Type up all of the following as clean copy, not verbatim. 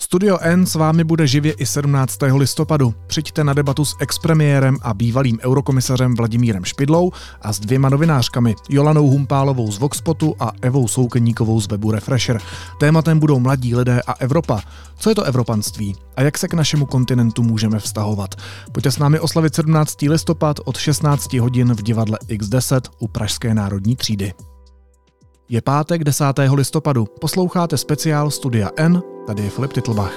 Studio N s vámi bude živě i 17. listopadu. Přijďte na debatu s expremiérem a bývalým eurokomisařem Vladimírem Špidlou a s 2 novinářkami, Jolanou Humpálovou z Voxpotu a Evou Soukeníkovou z webu Refresher. Tématem budou mladí lidé a Evropa. Co je to evropanství a jak se k našemu kontinentu můžeme vztahovat? Pojďte s námi oslavit 17. listopad od 16 hodin v divadle X10 u Pražské národní třídy. Je pátek 10. listopadu. Posloucháte speciál Studia N, tady je Filip Titlbach.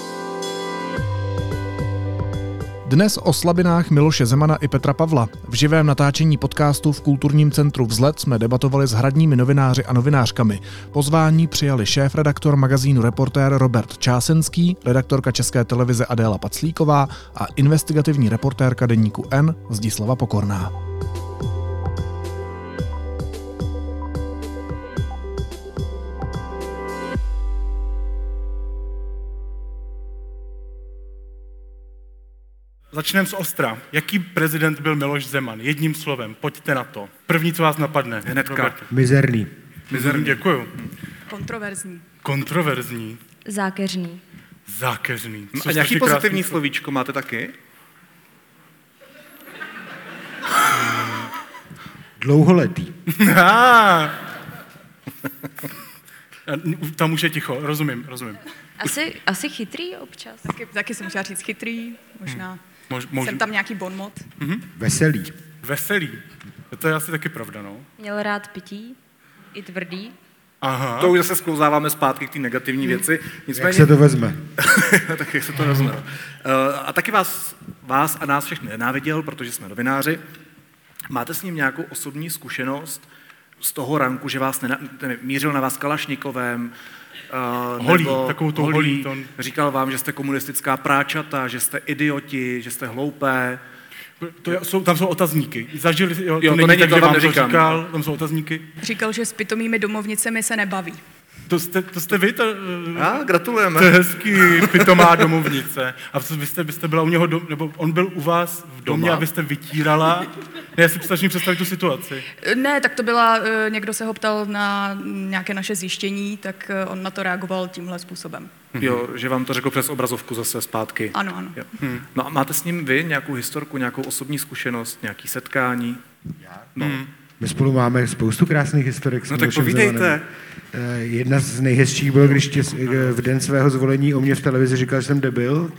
Dnes o slabinách Miloše Zemana i Petra Pavla. V živém natáčení podcastu v Kulturním centru Vzlet jsme debatovali s hradními novináři a novinářkami. Pozvání přijali šéfredaktor magazínu Reportér Robert Čásenský, redaktorka České televize Adéla Paclíková a investigativní reportérka deníku N Zdislava Pokorná. Začneme z ostra. Jaký prezident byl Miloš Zeman? Jedním slovem, pojďte na to. První, co vás napadne. Hnedka. Mizerný. Mizerný, děkuju. Kontroverzní. Kontroverzní. Zákeřný. Zákeřný. A nějaký pozitivní slovíčko máte taky? Dlouholetý. Tam už je ticho, rozumím. Asi chytrý občas. Taky jsem chtěla říct chytrý, možná. Můžu. Jsem tam nějaký bonmot. Veselý. Veselý. To je asi taky pravda, no. Měl rád pití, i tvrdý. Aha. To už zase sklouzáváme zpátky k té negativní věci. Nicméně... Jak se to vezme? Tak jak se to vezme. A taky vás a nás všechny nenáviděl, protože jsme novináři. Máte s ním nějakou osobní zkušenost z toho ranku, že vás mířil na vás Kalašnikovem, holí. Říkal vám, že jste komunistická práčata, že jste idioti, že jste hloupé. Tam jsou otazníky. Zažili, to není tak, že vám to říkal. Tam jsou otazníky. Říkal, že s pitomými domovnicemi se nebaví. To jste vy? Gratulujeme. To je hezký, pitomá domovnice. A vy jste byla u něho, nebo on byl u vás v domě Doma? a vy jste vytírala. Ne, já si snažím představit tu situaci. Ne, tak to byla, někdo se ho ptal na nějaké naše zjištění, tak on na to reagoval tímhle způsobem. Jo, že vám to řekl přes obrazovku zase zpátky. Ano. No a máte s ním vy nějakou historku, nějakou osobní zkušenost, nějaký setkání? My spolu máme spoustu krásných historek. No tak povídejte. Jedna z nejhezčích bylo, když v den svého zvolení o mě v televizi říkal, že jsem debil.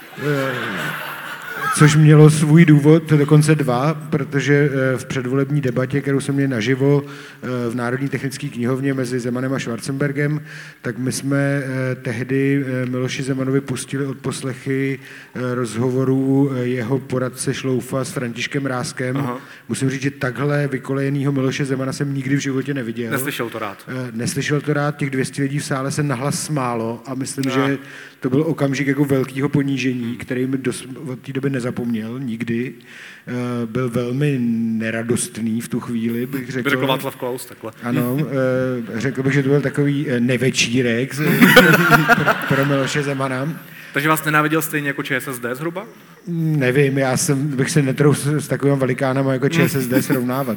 Což mělo svůj důvod, dokonce 2, protože v předvolební debatě, kterou jsme měli naživo v Národní technické knihovně mezi Zemanem a Schwarzenbergem, tak my jsme tehdy Miloši Zemanovi pustili odposlechy rozhovorů jeho poradce Šloufa s Františkem Ráskem. Aha. Musím říct, že takhle vykolejenýho Miloše Zemana jsem nikdy v životě neviděl. Neslyšel to rád. Těch 200 lidí v sále se nahlas smálo a myslím, že to byl okamžik jako velkého ponížení, který mi od té doby nezapomněl nikdy. Byl velmi neradostný v tu chvíli, bych řekl. By řekl Václav Klaus takhle. Ano, řekl bych, že to byl takový nevečírek pro Miloše Zemana. Takže vás nenáviděl stejně jako ČSSD zhruba? Nevím, bych se netroufl s takovým velikánama jako ČSSD srovnávat,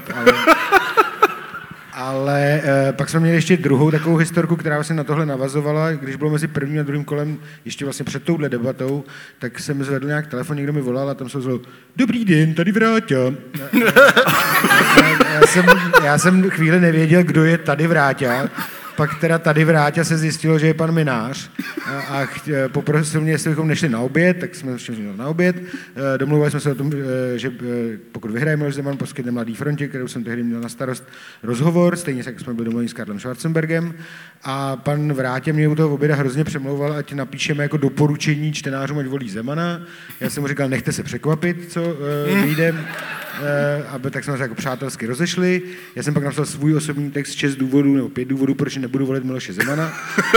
ale pak jsme měli ještě druhou takovou historku, která vlastně na tohle navazovala. Když bylo mezi prvním a druhým kolem, ještě vlastně před touhle debatou, tak jsem zvedl nějak telefon, někdo mi volal a tam se ozval: Dobrý den, tady Vráťa. Já jsem chvíli nevěděl, kdo je tady Vráťa. Pak teda tady Vráťa se zjistilo, že je pan Minář a poprosil mě, jestli bychom nešli na oběd, tak jsme šli na oběd. Domluvili jsme se o tom, že pokud vyhraje Miloš Zeman, poskytne Mladý frontě, kterou jsem tehdy měl na starost, rozhovor, stejně jak jsme byli domluveni s Karlem Schwarzenbergem. A pan Vráťa mě u toho oběda hrozně přemlouval, ať napíšeme jako doporučení čtenářům, ať volí Zemana. Já jsem mu říkal, nechte se překvapit, co vyjde. Aby tak jsme se jako přátelsky rozešli. Já jsem pak napsal svůj osobní text 6 důvodů nebo 5 důvodů, proč nebudu volit Miloše Zemana.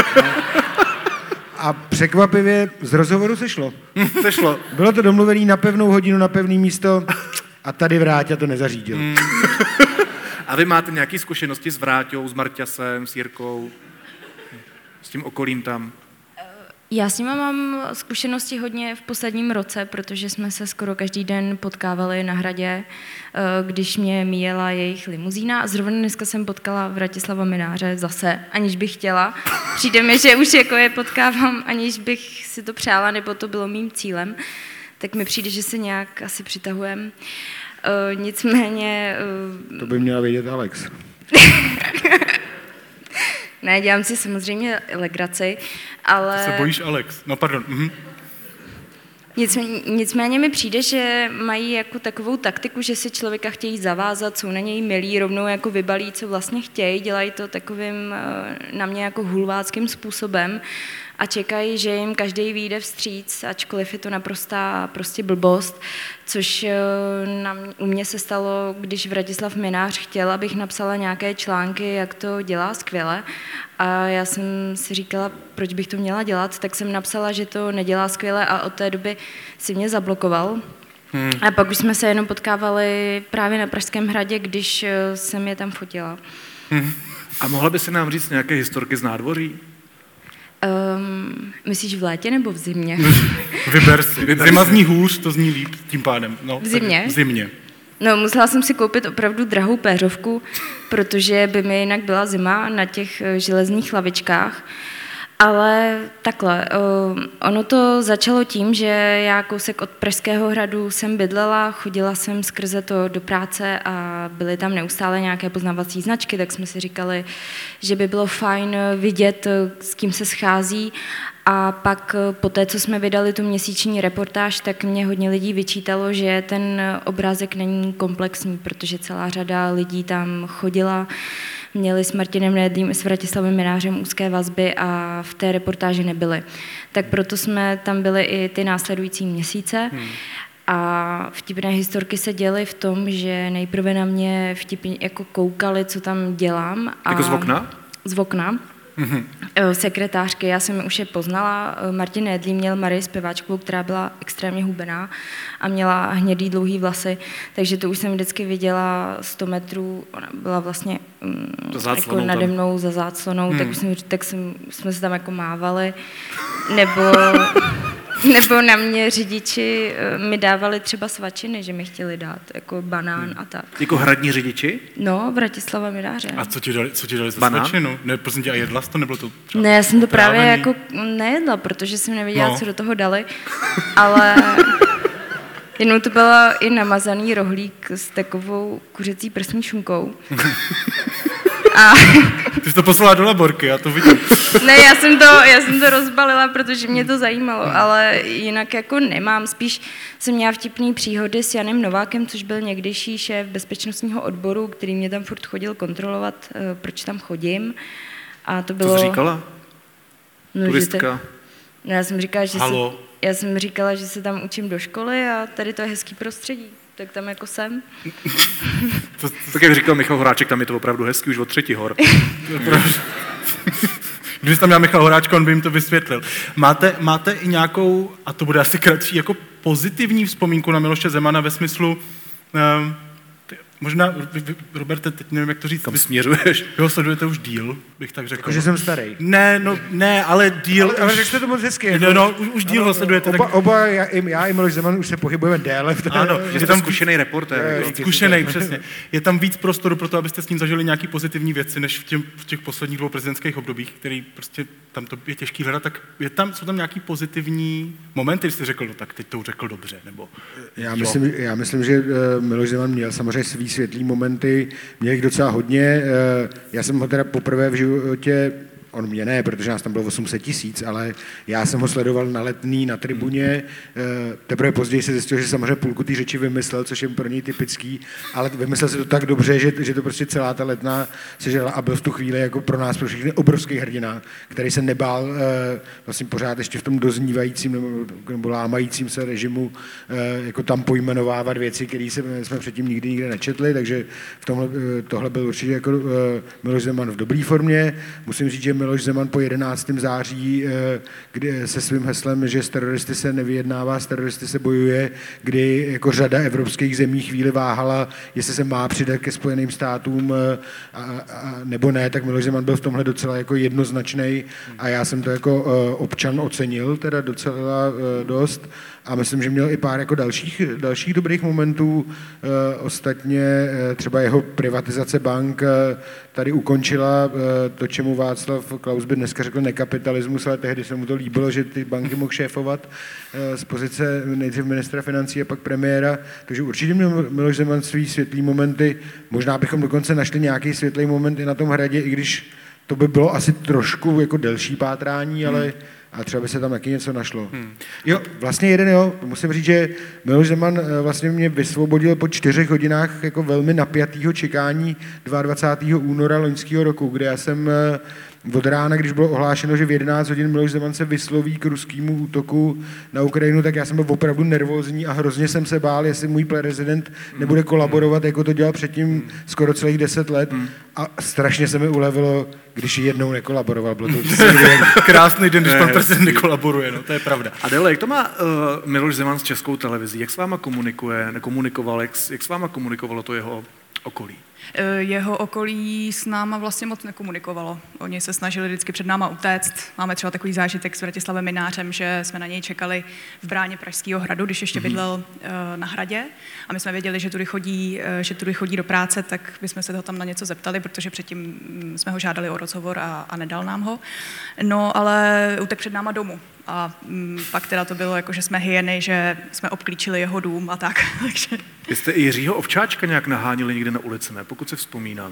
A překvapivě z rozhovoru sešlo. Bylo to domluvené na pevnou hodinu, na pevné místo a tady Vráťa to nezařídil. A vy máte nějaké zkušenosti s Vráťou, s Marťasem, s Jirkou, s tím okolím tam? Já s nima mám zkušenosti hodně v posledním roce, protože jsme se skoro každý den potkávali na Hradě, když mě míjela jejich limuzína. A zrovna dneska jsem potkala Vratislava Mynáře zase, aniž bych chtěla. Přijde mi, že už jako je potkávám, aniž bych si to přála, nebo to bylo mým cílem. Tak mi přijde, že se nějak asi přitahujeme. Nicméně... To by měla vědět Alex. Ne, dělám si samozřejmě legraci, ale... Se bojíš, Alex? No, pardon. Nicméně mi přijde, že mají jako takovou taktiku, že si člověka chtějí zavázat, jsou na něj milí, rovnou jako vybalí, co vlastně chtějí, dělají to takovým na mě jako hulváckým způsobem a čekají, že jim každý vyjde vstříc, ačkoliv je to naprostá prostě blbost, což u mě se stalo, když Vratislav Mynář chtěl, abych napsala nějaké články, jak to dělá skvěle. A já jsem si říkala, proč bych to měla dělat, tak jsem napsala, že to nedělá skvěle a od té doby si mě zablokoval. A pak už jsme se jenom potkávali právě na Pražském hradě, když jsem je tam fotila. A mohla by se nám říct nějaké historky z nádvoří? Myslíš v létě nebo v zimě? Vyber si. Zima zní hůř, to zní líp tím pádem. No, v zimě? V zimě. No, musela jsem si koupit opravdu drahou péřovku, protože by mi jinak byla zima na těch železných lavičkách. Ale takhle, ono to začalo tím, že já kousek od Pražského hradu jsem bydlela, chodila jsem skrze to do práce a byly tam neustále nějaké poznávací značky, tak jsme si říkali, že by bylo fajn vidět, s kým se schází. A pak po té, co jsme vydali tu měsíční reportáž, tak mě hodně lidí vyčítalo, že ten obrázek není komplexní, protože celá řada lidí tam chodila, měli s Martinem Nejedlým i s Vratislavem Mynářem úzké vazby a v té reportáži nebyly. Tak proto jsme tam byli i ty následující měsíce. A vtipné historky se děly v tom, že nejprve na mě vtipně jako koukali, co tam dělám. Jako z okna? Z okna. Sekretářky, já jsem už je poznala. Martin Nejedlý měl Marii zpěváčkovou, která byla extrémně hubená a měla hnědý dlouhý vlasy, takže to už jsem vždycky viděla 100 metrů, ona byla vlastně jako nade mnou za záclonou, tak jsme se tam jako mávali, nebo na mě řidiči mi dávali třeba svačiny, že mi chtěli dát jako banán a tak. Jako hradní řidiči? No, Vratislava Mynáře. A co ti dali za svačinu? Ne, prosím tě, a jedla jsi to, nebylo to třeba Ne, já jsem to právě trávený? jako nejedla, protože jsem nevěděla, co do toho dali, ale jednou to byla i namazaný rohlík s takovou kuřecí prsní šunkou. A ty jsi to poslala do laborky, já to vidím. ne, já jsem to rozbalila, protože mě to zajímalo, ale jinak jako nemám. Spíš jsem měla vtipný příhody s Janem Novákem, což byl někdejší šéf bezpečnostního odboru, který mě tam furt chodil kontrolovat, proč tam chodím. A to bylo... Co jsi říkala? No, turistka? No, já jsem říkala, že se tam učím do školy a tady to je hezký prostředí. Tak tam jako jsem. Tak jak říkal Michal Horáček, tam je to opravdu hezký už od 3 hor. Když tam měl Michal Horáčka, on by jim to vysvětlil. Máte i nějakou, a to bude asi kratší, jako pozitivní vzpomínku na Miloše Zemana ve smyslu, možná, Roberte, teď nevím, jak to říct. Kam směřuješ? Vy ho sledujete už díl, bych tak řekl. Že jsem starý. Ne, ale díl Ale už... řekl to moc hezky. Už díl ho sledujete. Oba já i Miloš Zeman už se pohybujeme déle. Ano, Je tam zkušený reportér. Zkušenej, přesně. Je tam víc prostoru pro to, abyste s ním zažili nějaký pozitivní věci, než v těch posledních 2 prezidentských obdobích, který prostě tam to je těžký hledat, tak jsou tam nějaký pozitivní momenty, když jste řekl, no tak teď to řekl dobře, nebo... Já myslím, že Miloš Zeman měl samozřejmě svý světlý momenty, měl jich docela hodně. Já jsem ho teda poprvé v životě, on mě ne, protože nás tam bylo 800 000, ale já jsem ho sledoval na Letný, na tribuně. Teprve později se zjistilo, že samozřejmě půlku té řeči vymyslel, což je pro něj typický, ale vymyslel se to tak dobře, že to prostě celá ta Letná sežrala a byl v tu chvíli jako pro nás, pro všechny obrovský hrdina, který se nebál vlastně pořád ještě v tom doznívajícím nebo lámajícím se režimu jako tam pojmenovávat věci, které jsme předtím nikdy nečetli, takže v tomhle tohle byl určitě jako Miloš Zeman v dobré formě. Musím říct, že Miloš Zeman po 11. září, kdy se svým heslem, že s teroristy se nevyjednává, s teroristy se bojuje, kdy jako řada evropských zemí chvíli váhala, jestli se má přidat ke Spojeným státům nebo ne, tak Miloš Zeman byl v tomhle docela jako jednoznačnej a já jsem to jako občan ocenil teda docela dost a myslím, že měl i pár jako dalších dobrých momentů. Ostatně třeba jeho privatizace bank tady ukončila to, čemu Václav Klaus by dneska řekl nekapitalismus, ale tehdy se mu to líbilo, že ty banky mohl šéfovat z pozice nejdřív ministra financí a pak premiéra. Takže určitě měl Miloš Zeman svý světlý momenty. Možná bychom dokonce našli nějaký světlý moment i na tom Hradě, i když to by bylo asi trošku jako delší pátrání, ale a třeba by se tam taky něco našlo. Jo, vlastně musím říct, že Miloš Zeman vlastně mě vysvobodil po 4 hodinách jako velmi napjatého čekání 22. února loňského roku, kde já jsem od rána, když bylo ohlášeno, že v 11 hodin Miloš Zeman se vysloví k ruskému útoku na Ukrajinu, tak já jsem byl opravdu nervózní a hrozně jsem se bál, jestli můj prezident nebude kolaborovat, jako to dělal předtím skoro celých 10 let. A strašně se mi ulevilo, když jednou nekolaboroval. Bylo to krásný den, když pan prezident nekolaboruje, no, to je pravda. Adélo, jak to má Miloš Zeman s Českou televizí? Jak s váma nekomunikoval, jak s váma komunikovalo to jeho okolí? Jeho okolí s náma vlastně moc nekomunikovalo. Oni se snažili vždycky před náma utéct. Máme třeba takový zážitek s Vratislavem Minářem, že jsme na něj čekali v bráně Pražského hradu, když ještě bydlel na Hradě. A my jsme věděli, že tudy chodí do práce, tak bychom se ho tam na něco zeptali, protože předtím jsme ho žádali o rozhovor a nedal nám ho. No, ale utek před náma domů. A pak teda to bylo jako, že jsme hyeny, že jsme obklíčili jeho dům a tak. Takže... Vy jste i Jiřího Ovčáčka nějak nahánili někde na ulici, ne? Pokud se vzpomínám.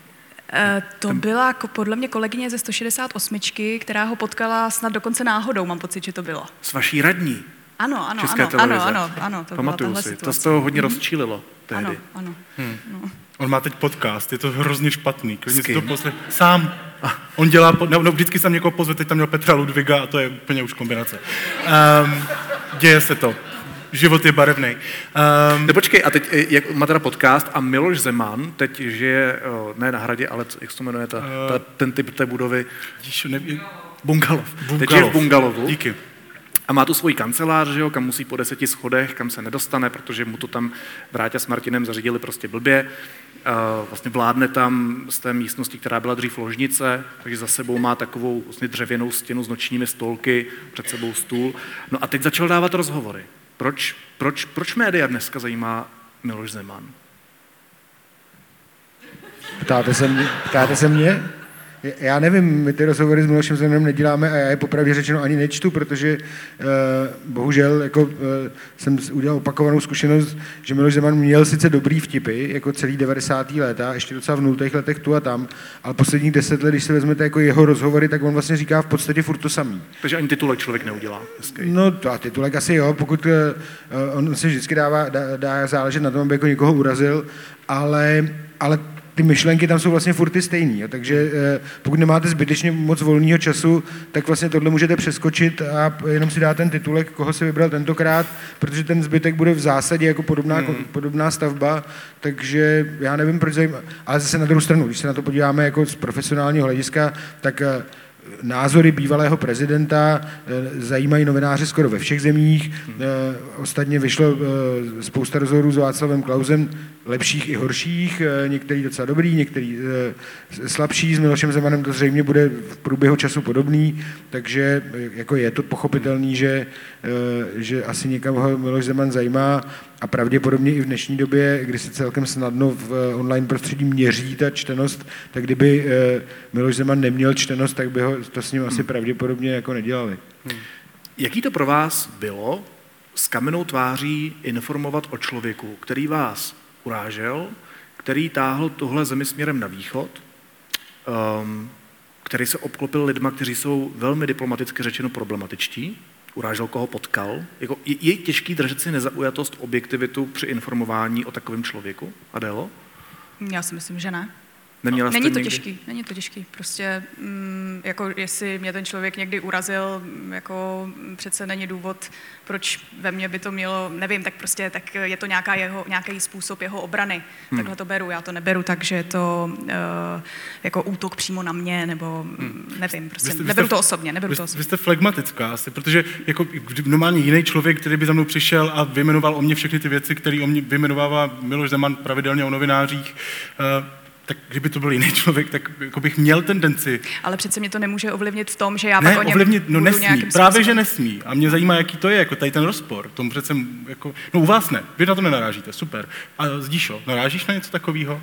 To byla podle mě kolegyně ze 168, která ho potkala snad dokonce náhodou, mám pocit, že to bylo. S vaší radní? Ano, České televize. Ano, to pamatuju byla si, situace. to z toho hodně rozčílilo tehdy. Ano. No. On má teď podcast, je to hrozně špatný. Klidně si to sám. On dělá, vždycky jsem někoho pozve, teď tam měl Petra Ludviga a to je úplně už kombinace. Děje se to. Život je barevný. Počkej, a teď jak má teda podcast a Miloš Zeman teď žije, ne na Hradě, ale jak se to jmenuje, ten typ té budovy? Bungalov. Teď je v Bungalovu. Díky. A má tu svoji kancelář, že jo, kam musí po 10 schodech, kam se nedostane, protože mu to tam Vráťa s Martinem zařídili prostě blbě. Vlastně vládne tam z té místnosti, která byla dřív ložnice, takže za sebou má takovou vlastně dřevěnou stěnu s nočními stolky, před sebou stůl. No a teď začal dávat rozhovory. Proč média dneska zajímá Miloš Zeman? Ptáte se mě? Já nevím, my ty rozhovory s Milošem Zemanem neděláme a já je popravdě řečeno ani nečtu, protože bohužel jsem udělal opakovanou zkušenost, že Miloš Zeman měl sice dobrý vtipy, jako celý 90. léta, ještě docela v 0. letech tu a tam, ale posledních 10 let, když si vezmete jako jeho rozhovory, tak on vlastně říká v podstatě furt to samý. Takže ani titulek člověk neudělá. Hezký. No a titulek asi jo, pokud on se vždycky dá záležet na tom, aby jako někoho urazil, ale ty myšlenky tam jsou vlastně furt ty stejný, jo? Takže pokud nemáte zbytečně moc volného času, tak vlastně tohle můžete přeskočit a jenom si dát ten titulek, koho si vybral tentokrát, protože ten zbytek bude v zásadě jako podobná stavba, takže já nevím, proč zajímá. Ale zase na druhou stranu, když se na to podíváme jako z profesionálního hlediska, tak názory bývalého prezidenta zajímají novináře skoro ve všech zemích. Ostatně vyšlo spousta rozhovorů s Václavem Klausem, lepších i horších, některý docela dobrý, některý slabší. S Milošem Zemanem to zřejmě bude v průběhu času podobný, takže jako je to pochopitelný, že asi někam ho Miloš Zeman zajímá a pravděpodobně i v dnešní době, kdy se celkem snadno v online prostředí měří ta čtenost, tak kdyby Miloš Zeman neměl čtenost, tak by ho to s ním asi pravděpodobně jako nedělali. Jaký to pro vás bylo s kamennou tváří informovat o člověku, který vás urážel, který táhl tohle zemi směrem na východ, který se obklopil lidma, kteří jsou velmi diplomaticky řečeno problematičtí, urážel, koho potkal. Jako, je těžký držet si nezaujatost, objektivitu při informování o takovém člověku? Adélo? Já si myslím, že ne. Není to těžký. Prostě jako jestli mě ten člověk někdy urazil, jako přece není důvod, proč ve mně by to mělo, nevím, tak prostě tak je to nějaký způsob jeho obrany. Takhle to beru, já to neberu tak, že je to jako útok přímo na mě, nebo nevím, prostě neberu to osobně. Vy jste flegmatická asi, protože jako normálně jiný člověk, který by za mnou přišel a vyjmenoval o mě všechny ty věci, které o mě vyjmenovává Miloš Zeman pravidelně o novinářích, tak kdyby to byl jiný člověk, tak jako bych měl tendenci. Ale přece mě to nemůže ovlivnit v tom, že já pak o něm budu nesmí, právě že nesmí. A mě zajímá, jaký to je, jako tady ten rozpor. Tomu přece jako, no u vás ne, vy na to nenarážíte, super. A Zdíšo, narážíš na něco takového?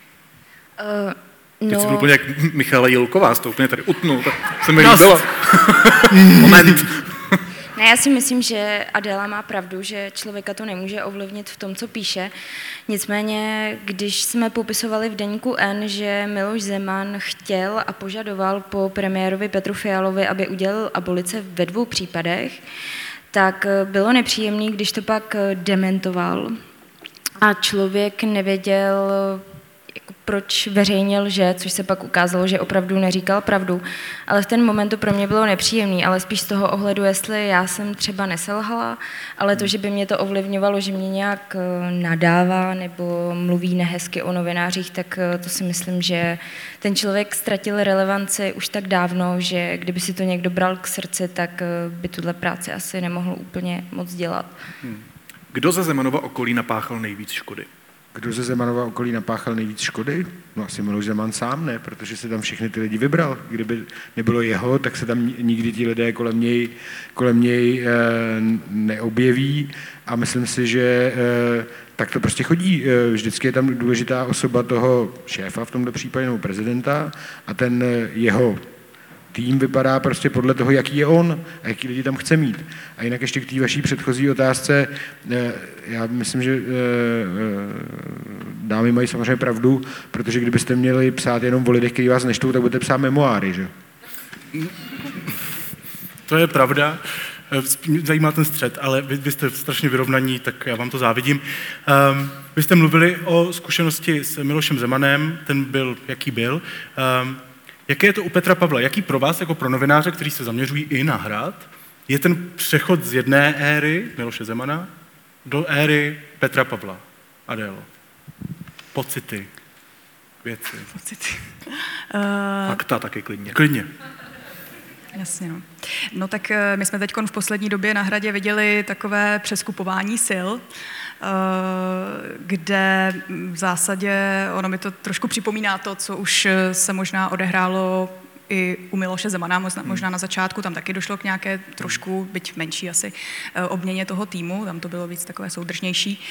Teď jsi byl úplně jak Michala Jilková, to úplně tady utnul, tak se mi líbila. Moment. Ne, já si myslím, že Adéla má pravdu, že člověka to nemůže ovlivnit v tom, co píše. Nicméně, když jsme popisovali v deníku N, že Miloš Zeman chtěl a požadoval po premiérovi Petru Fialovi, aby udělal abolice ve 2 případech, tak bylo nepříjemné, když to pak dementoval a člověk nevěděl, proč veřejně lže, což se pak ukázalo, že opravdu neříkal pravdu. Ale v ten moment to pro mě bylo nepříjemný, ale spíš z toho ohledu, jestli já jsem třeba neselhala, ale to, že by mě to ovlivňovalo, že mě nějak nadává nebo mluví nehezky o novinářích, tak to si myslím, že ten člověk ztratil relevanci už tak dávno, že kdyby si to někdo bral k srdci, tak by tuhle práci asi nemohl úplně moc dělat. Kdo ze Zemanova okolí napáchal nejvíc škody? Kdo ze Zemanova okolí napáchal nejvíc škody? No asi Miloš Zeman sám ne, protože se tam všechny ty lidi vybral. Kdyby nebylo jeho, tak se tam nikdy ti lidé kolem něj neobjeví a myslím si, že tak to prostě chodí. Vždycky je tam důležitá osoba toho šéfa, v tomto případě nebo prezidenta a ten jeho tým vypadá prostě podle toho, jaký je on a jaký lidi tam chce mít. A jinak ještě k té vaší předchozí otázce, já myslím, že dámy mají samozřejmě pravdu, protože kdybyste měli psát jenom o lidech, kteří vás neštou, tak budete psát memoáry, že? To je pravda. Zajímá ten střed, ale vy jste strašně vyrovnaní, tak já vám to závidím. Vy jste mluvili o zkušenosti s Milošem Zemanem, ten byl, jaký byl. Jaké je to u Petra Pavla? Jaký pro vás, jako pro novináře, kteří se zaměřují i na hrad, je ten přechod z jedné éry Miloše Zemana do éry Petra Pavla? Adélo. Pocity, věci. Fakta taky klidně. Klidně. Jasně, no. No tak my jsme teď v poslední době na Hradě viděli takové přeskupování sil, kde v zásadě, ono mi to trošku připomíná to, co už se možná odehrálo i u Miloše Zemana, možná na začátku, tam taky došlo k nějaké trošku, byť menší asi, obměně toho týmu, tam to bylo víc takové soudržnější.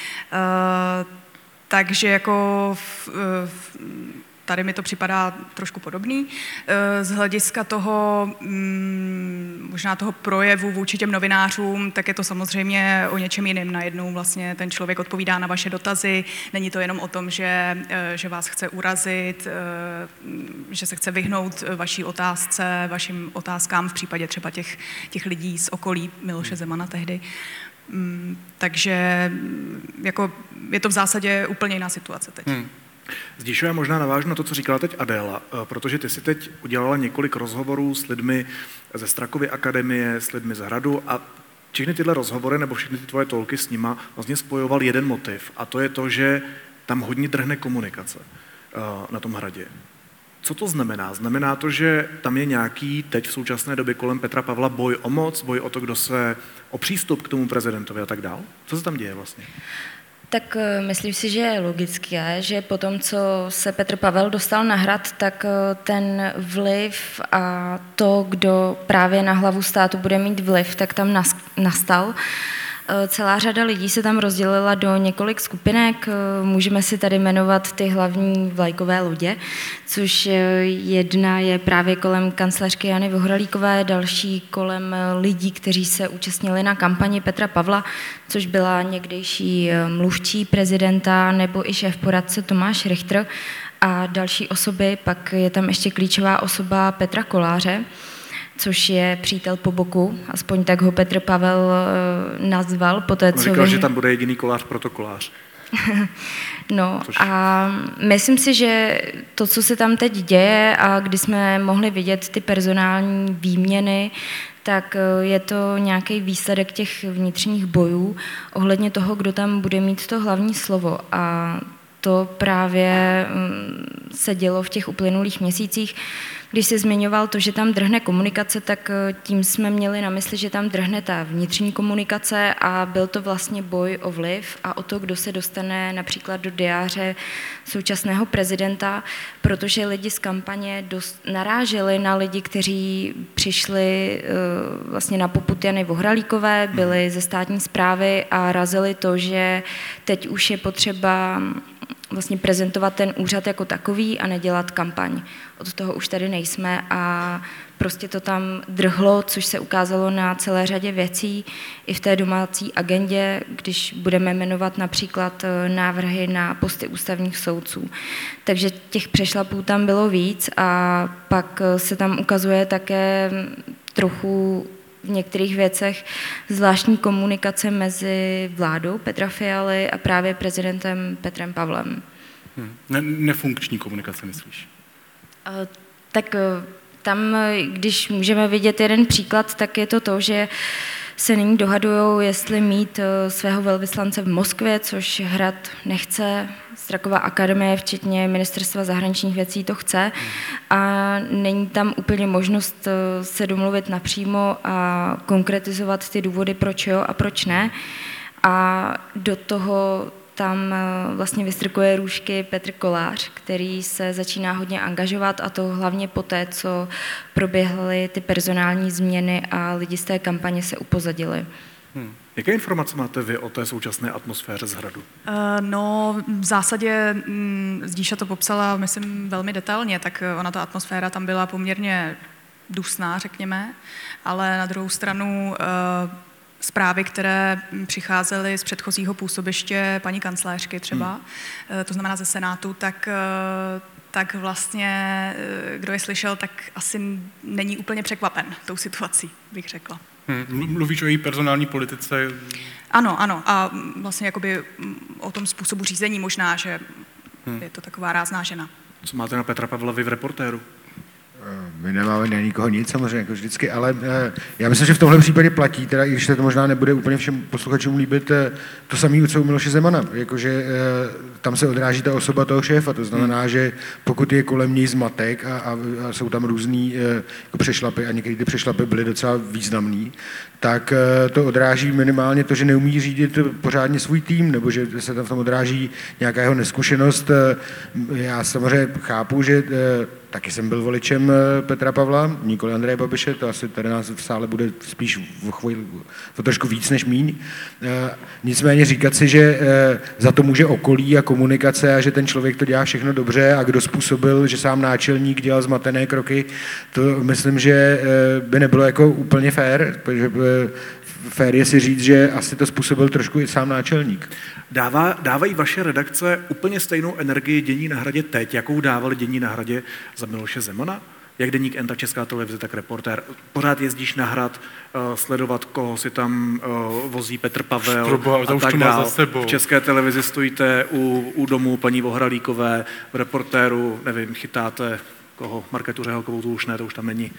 Takže jako tady mi to připadá trošku podobný. Z hlediska toho, možná toho projevu vůči těm novinářům, tak je to samozřejmě o něčem jiném. Najednou vlastně ten člověk odpovídá na vaše dotazy. Není to jenom o tom, že vás chce urazit, že se chce vyhnout vaší otázce, vašim otázkám v případě třeba těch lidí z okolí Miloše Zemana tehdy. Takže jako je to v zásadě úplně jiná situace teď. Zdíšo, já možná navážu na to, co říkala teď Adéla, protože ty si teď udělala několik rozhovorů s lidmi ze Strakovy akademie, s lidmi z Hradu a všechny tyhle rozhovory nebo všechny ty tvoje talky s nima vlastně spojoval jeden motiv a to je to, že tam hodně drhne komunikace na tom Hradě. Co to znamená? Znamená to, že tam je nějaký teď v současné době kolem Petra Pavla boj o moc, boj o to, o přístup k tomu prezidentovi a tak dál? Co se tam děje vlastně? Tak myslím si, že je logické, že po tom, co se Petr Pavel dostal na Hrad, tak ten vliv a to, kdo právě na hlavu státu bude mít vliv, tak tam nastal. Celá řada lidí se tam rozdělila do několik skupinek. Můžeme si tady jmenovat ty hlavní vlajkové lodě, což jedna je právě kolem kancléřky Jany Vohralíkové, další kolem lidí, kteří se účastnili na kampani Petra Pavla, což byla někdejší mluvčí prezidenta nebo i šéf poradce Tomáš Richter. A další osoby, pak je tam ještě klíčová osoba Petra Koláře, což je přítel po boku, aspoň tak ho Petr Pavel nazval. Poté, co říkal, že tam bude jediný kolář protokolář. No a myslím si, že to, co se tam teď děje a kdy jsme mohli vidět ty personální výměny, tak je to nějaký výsledek těch vnitřních bojů ohledně toho, kdo tam bude mít to hlavní slovo. A to právě se dělo v těch uplynulých měsících. Když jsi zmiňoval to, že tam drhne komunikace, tak tím jsme měli na mysli, že tam drhne ta vnitřní komunikace a byl to vlastně boj o vliv a o to, kdo se dostane například do diáře současného prezidenta, protože lidi z kampaně naráželi na lidi, kteří přišli vlastně na popud Jany Vohralíkové, byli ze státní správy a razili to, že teď už je potřeba vlastně prezentovat ten úřad jako takový a nedělat kampaň. Od toho už tady nejsme a prostě to tam drhlo, což se ukázalo na celé řadě věcí i v té domácí agendě, když budeme jmenovat například návrhy na posty ústavních soudců. Takže těch přešlapů tam bylo víc a pak se tam ukazuje také trochu v některých věcech zvláštní komunikace mezi vládou Petra Fialy a právě prezidentem Petrem Pavlem. Nefunkční komunikace, myslíš? Tak tam, když můžeme vidět jeden příklad, tak je to to, že se nyní dohadujou, jestli mít svého velvyslance v Moskvě, což Hrad nechce, Strakova akademie, včetně ministerstva zahraničních věcí, to chce a není tam úplně možnost se domluvit napřímo a konkretizovat ty důvody, proč jo a proč ne. A do toho tam vlastně vystrkuje růžky Petr Kolář, který se začíná hodně angažovat a to hlavně poté, co proběhly ty personální změny a lidi z té kampaně se upozadili. Jaké informace máte vy o té současné atmosféře z Hradu? No, v zásadě Zdíša to popsala, myslím, velmi detailně, tak ona ta atmosféra tam byla poměrně dusná, řekněme, ale na druhou stranu zprávy, které přicházely z předchozího působiště paní kancléřky třeba, to znamená ze Senátu, tak vlastně, kdo je slyšel, tak asi není úplně překvapen tou situací, bych řekla. Mluvíš o její personální politice? Ano. A vlastně jakoby o tom způsobu řízení možná, že je to taková rázná žena. Co máte na Petra Pavla vy v Reportéru? My nemáme na nikoho nic samozřejmě, jako vždycky, ale já myslím, že v tomhle případě platí, teda i když se to možná nebude úplně všem posluchačům líbit, to samé, co u Miloše Zemana, jakože tam se odráží ta osoba toho šéfa, to znamená, že pokud je kolem něj zmatek a jsou tam různý jako přešlapy a některé ty přešlapy byly docela významný, tak to odráží minimálně to, že neumí řídit pořádně svůj tým, nebo že se tam v tom odráží nějaká jeho neskušenost. Já samozřejmě chápu, že taky jsem byl voličem Petra Pavla, nikoli Andreje Babiše, to asi tady nás v sále bude spíš o trošku víc než míň. Nicméně říkat si, že za to může okolí a komunikace a že ten člověk to dělá všechno dobře a kdo způsobil, že sám náčelník dělal zmatené kroky, to myslím, že by nebylo jako úplně fér, protože fér je si říct, že asi to způsobil trošku i sám náčelník. Dávají vaše redakce úplně stejnou energii dění na Hradě teď, jakou dávali dění na Hradě za Miloše Zemana? Jak Deník N, tak Česká televize, tak Reportér. Pořád jezdíš na Hrad sledovat, koho si tam vozí Petr Pavel a tak dál. V České televizi stojíte u domu paní Vohralíkové, v Reportéru, nevím, chytáte koho, Markétu Řehelkovou, to už ne, to už tam není.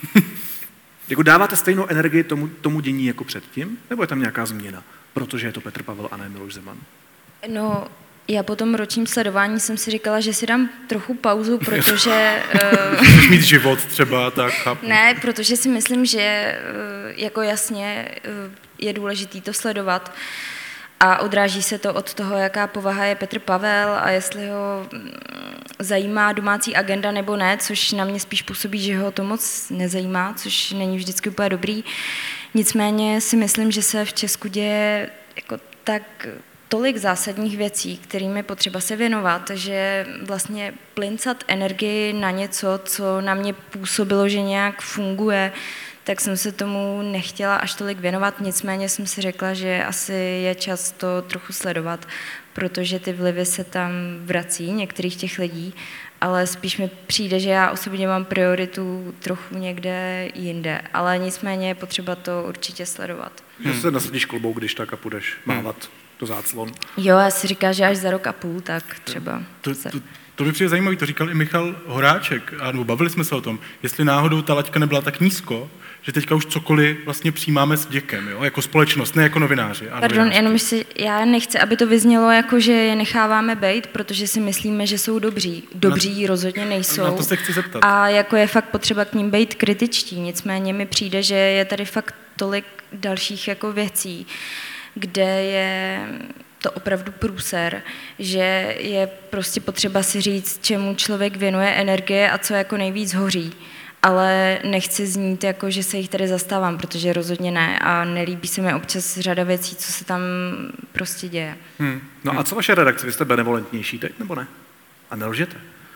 Jako dáváte stejnou energii tomu dění jako předtím, nebo je tam nějaká změna? Protože je to Petr Pavel a ne Miloš Zeman. No, já po tom ročním sledování jsem si říkala, že si dám trochu pauzu, protože... Chceš mít život třeba, tak chápu. Ne, protože si myslím, že jako jasně je důležitý to sledovat a odráží se to od toho, jaká povaha je Petr Pavel a jestli ho zajímá domácí agenda nebo ne, což na mě spíš působí, že ho to moc nezajímá, což není vždycky úplně dobrý. Nicméně si myslím, že se v Česku děje jako tak tolik zásadních věcí, kterým je potřeba se věnovat, že vlastně plincat energii na něco, co na mě působilo, že nějak funguje, tak jsem se tomu nechtěla až tolik věnovat, nicméně jsem si řekla, že asi je čas to trochu sledovat, protože ty vlivy se tam vrací, některých těch lidí, ale spíš mi přijde, že já osobně mám prioritu trochu někde jinde, ale nicméně je potřeba to určitě sledovat. Že se nasadíš klobouk, když tak a půjdeš mávat do záclon. Jo, já si říkám, že až za rok a půl, tak třeba. To mi přijde zajímavý, to říkal i Michal Horáček, nebo bavili jsme se o tom, jestli náhodou ta laťka nebyla tak nízko, že teďka už cokoliv vlastně přijímáme s děkem, jo? Jako společnost, ne jako novináři. Pardon, jenom já nechci, aby to vyznělo jako, že je necháváme bejt, protože si myslíme, že jsou dobří. Dobří rozhodně nejsou. Na to se chci zeptat. A jako je fakt potřeba k ním bejt kritičtí, nicméně mi přijde, že je tady fakt tolik dalších jako věcí, kde je to opravdu průser, že je prostě potřeba si říct, čemu člověk věnuje energie a co jako nejvíc hoří. Ale nechci znít jako, že se jich tady zastávám, protože rozhodně ne a nelíbí se mi občas řada věcí, co se tam prostě děje. No a co vaše redakce? Vy jste benevolentnější teď, nebo ne? A nelžete?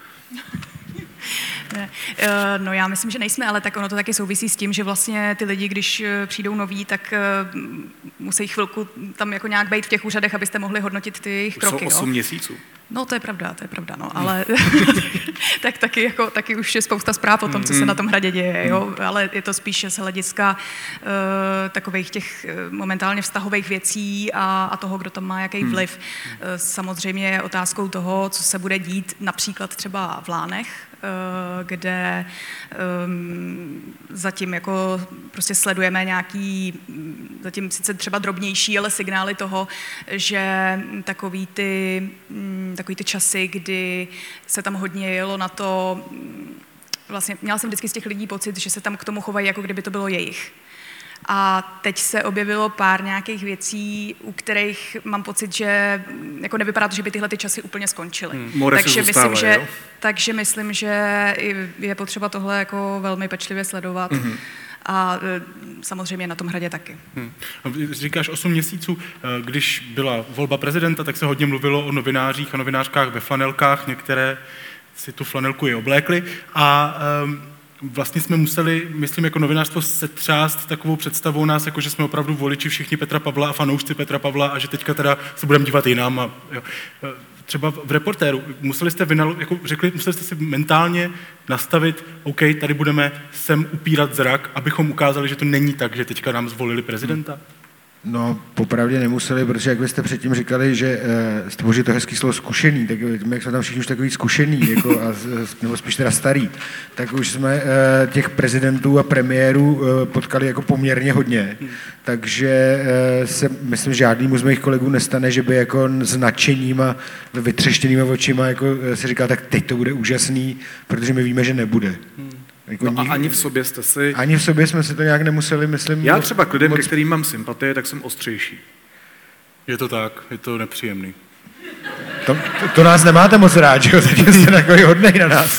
Ne. No já myslím, že nejsme, ale tak ono to taky souvisí s tím, že vlastně ty lidi, když přijdou noví, tak musí chvilku tam jako nějak být v těch úřadech, abyste mohli hodnotit ty jejich kroky. Jsou 8 měsíců. No to je pravda, no, ale tak taky už je spousta zpráv o tom, co se na tom hradě děje, jo, ale je to spíše z hlediska takových těch momentálně vztahových věcí a toho, kdo tam má jaký vliv. Samozřejmě je otázkou toho, co se bude dít například třeba v Lánech, kde zatím jako prostě sledujeme nějaký, zatím sice třeba drobnější, ale signály toho, že takový ty časy, kdy se tam hodně jelo na to, vlastně měla jsem vždycky z těch lidí pocit, že se tam k tomu chovají, jako kdyby to bylo jejich. A teď se objevilo pár nějakých věcí, u kterých mám pocit, že jako nevypadá to, že by tyhle ty časy úplně skončily. Takže myslím, že je potřeba tohle jako velmi pečlivě sledovat. A samozřejmě na tom hradě taky. Říkáš 8 měsíců, když byla volba prezidenta, tak se hodně mluvilo o novinářích a novinářkách ve flanelkách, některé si tu flanelku i oblékli a vlastně jsme museli, myslím, jako novinářstvo setřást takovou představou nás, jako že jsme opravdu voliči všichni Petra Pavla a fanoušci Petra Pavla a že teďka teda se budeme dívat jinam. A, jo. Třeba v Reportéru museli jste si mentálně nastavit, OK, tady budeme sem upírat zrak, abychom ukázali, že to není tak, že teďka nám zvolili prezidenta? No, popravdě nemuseli, protože jak vy jste předtím říkali, že jste použili to hezký slovo zkušený, tak jak jsme tam všichni už takový zkušený, jako, nebo spíš teda starý, tak už jsme těch prezidentů a premiérů potkali jako poměrně hodně. Takže se, myslím, žádnýmu z mých kolegů nestane, že by jako s nadšením a vytřeštěnýma očima jako si říkal, tak teď to bude úžasný, protože my víme, že nebude. Jako no a ani v sobě jste si... Ani v sobě jsme si to nějak nemuseli, myslím... Já třeba k lidem, ke kterým mám sympatie, tak jsem ostřejší. Je to tak, je to nepříjemný. To nás nemáte moc rád, že jo? Zatím jste takový hodnej na nás.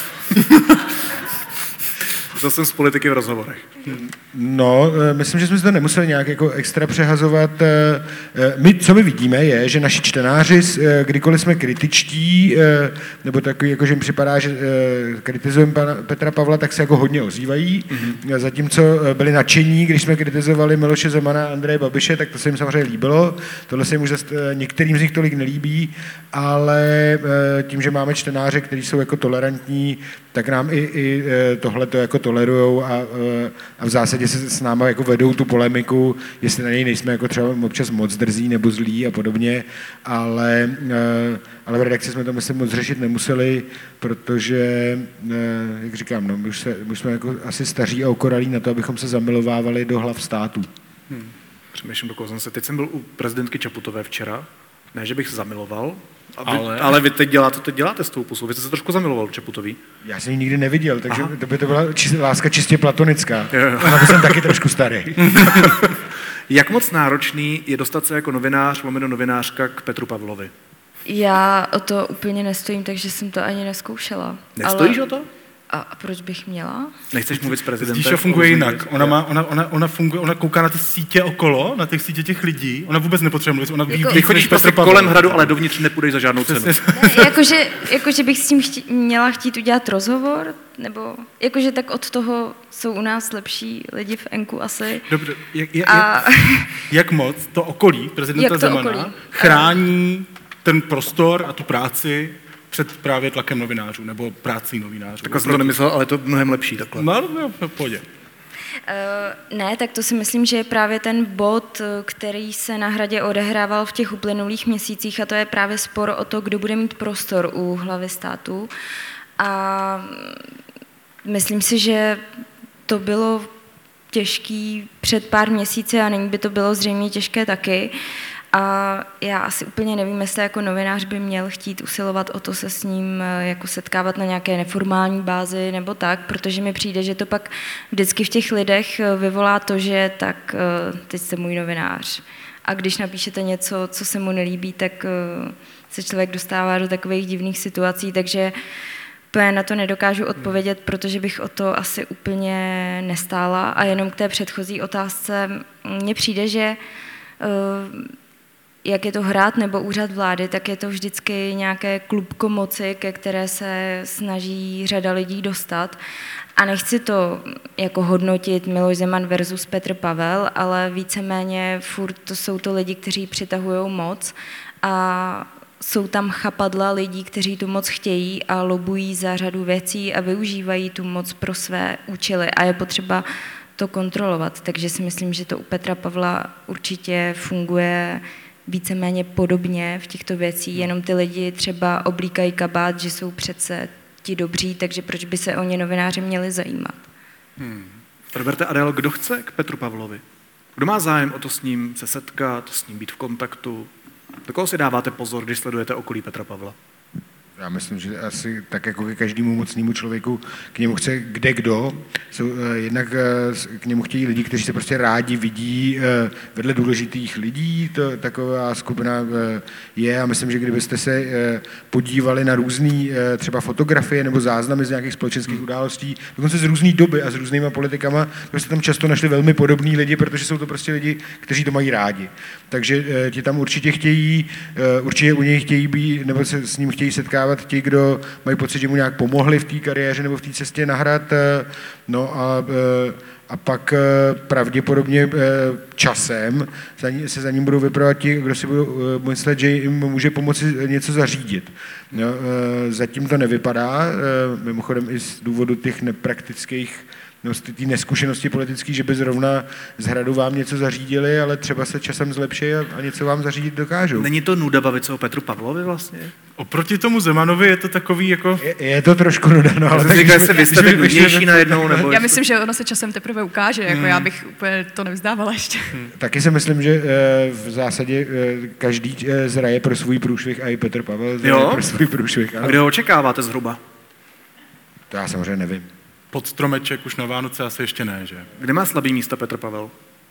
Vzal jsem z politiky v rozhovorech. No, myslím, že jsme si to nemuseli nějak jako extra přehazovat. Co my vidíme je, že naši čtenáři, kdykoliv jsme kritičtí, nebo takový, jako, že jim připadá, že kritizujeme Petra Pavla, tak se jako hodně ozývají. Zatímco byli nadšení, když jsme kritizovali Miloše Zemana a Andreje Babiše, tak to se jim samozřejmě líbilo. Tohle se jim už některým z nich tolik nelíbí, ale tím, že máme čtenáře, kteří jsou jako tolerantní, tak nám i tohle to jako tolerujou a v zásadě se s náma jako vedou tu polemiku, jestli na něj nejsme jako třeba občas moc drzí nebo zlí a podobně, ale v redakci jsme to myslím moc řešit nemuseli, protože, jak říkám, no, my už jsme jako asi staří a okoralí na to, abychom se zamilovávali do hlav států. Přemýšlím, do koho jsem se. Teď jsem byl u prezidentky Čaputové včera, ne, že bych se zamiloval, ale vy teď děláte s tou pusou. Vy jste se trošku zamiloval Čaputový. Já jsem ji nikdy neviděl, takže to by to byla láska čistě platonická. A jsem taky trošku starý. Jak moc náročný je dostat se jako novinář, novinářka k Petru Pavlovi? Já o to úplně nestojím, takže jsem to ani neskoušela. Nestojíš o to? A proč bych měla? Nechceš mluvit s prezidentem? Stíša funguje jinak. Ona kouká na ty sítě okolo, na těch sítě těch lidí. Ona vůbec nepotřebuje mluvit. Ona ví, ty chodíš prostě kolem hradu, ale dovnitř nepůjdeš za žádnou cenu. Ne, jakože bych s tím měla chtít udělat rozhovor, nebo jakože tak od toho jsou u nás lepší lidi v Enku asi. Dobře, jak moc to okolí prezidenta Zemana chrání ten prostor a tu práci před právě tlakem novinářů nebo prácí novinářů. Takhle jsem to nemyslel, ale je to mnohem lepší takhle. No, v pohodě. Ne, tak to si myslím, že je právě ten bod, který se na Hradě odehrával v těch uplynulých měsících, a to je právě spor o to, kdo bude mít prostor u hlavy státu. A myslím si, že to bylo těžký před pár měsíci a nyní by to bylo zřejmě těžké taky. A já asi úplně nevím, jestli jako novinář by měl chtít usilovat o to se s ním jako setkávat na nějaké neformální bázi nebo tak, protože mi přijde, že to pak vždycky v těch lidech vyvolá to, že tak teď jste můj novinář. A když napíšete něco, co se mu nelíbí, tak se člověk dostává do takových divných situací, takže na to nedokážu odpovědět, protože bych o to asi úplně nestála. A jenom k té předchozí otázce mně přijde, že jak je to Hrad nebo úřad vlády, tak je to vždycky nějaké klubko moci, ke které se snaží řada lidí dostat. A nechci to jako hodnotit Miloš Zeman versus Petr Pavel, ale víceméně furt to jsou to lidi, kteří přitahují moc a jsou tam chapadla lidí, kteří tu moc chtějí a lobují za řadu věcí a využívají tu moc pro své účely a je potřeba to kontrolovat. Takže si myslím, že to u Petra Pavla určitě funguje víceméně podobně v těchto věcí, jenom ty lidi třeba oblíkají kabát, že jsou přece ti dobří, takže proč by se o ně novináři měli zajímat? Roberte Adélo, kdo chce k Petru Pavlovi? Kdo má zájem o to s ním se setkat, s ním být v kontaktu? Do koho si dáváte pozor, když sledujete okolí Petra Pavla? Já myslím, že asi tak jako ke každému mocnému člověku k němu chce kdo. Jednak k němu chtějí lidi, kteří se prostě rádi vidí vedle důležitých lidí. To taková skupina je a myslím, že kdybyste se podívali na různé třeba fotografie nebo záznamy z nějakých společenských událostí, dokonce z různé doby a s různýma politikama, tak jste tam často našli velmi podobní lidi, protože jsou to prostě lidi, kteří to mají rádi. Takže ti tam určitě chtějí, určitě u něj chtějí být, nebo se s ním chtějí setkávat ti, kdo mají pocit, že mu nějak pomohli v té kariéře nebo v té cestě na Hrad. No a pak pravděpodobně časem se za ním budou vypravovat ti, kdo si budou myslet, že jim může pomoci něco zařídit. No, zatím to nevypadá, mimochodem i z důvodu těch nepraktických no, z té neskušenosti politické, že by zrovna z Hradu vám něco zařídili, ale třeba se časem zlepší a něco vám zařídit dokážou. Není to nuda bavit se o Petru Pavlovi vlastně? Oproti tomu Zemanovi je to takový jako... Je to trošku nuda, no, ale tak jestli vy jste nudnější najednou, nebo... Já myslím, že ono se časem teprve ukáže, jako já bych úplně to nevzdávala ještě. Taky si myslím, že v zásadě každý zraje pro svůj průšvih a i Petr Pavel zraje pro svůj průšvih. A kde ho očekáváte zhruba? To já samozřejmě nevím. Pod stromeček už na Vánoce asi ještě ne, že? Kde má slabý místa Petr Pavel?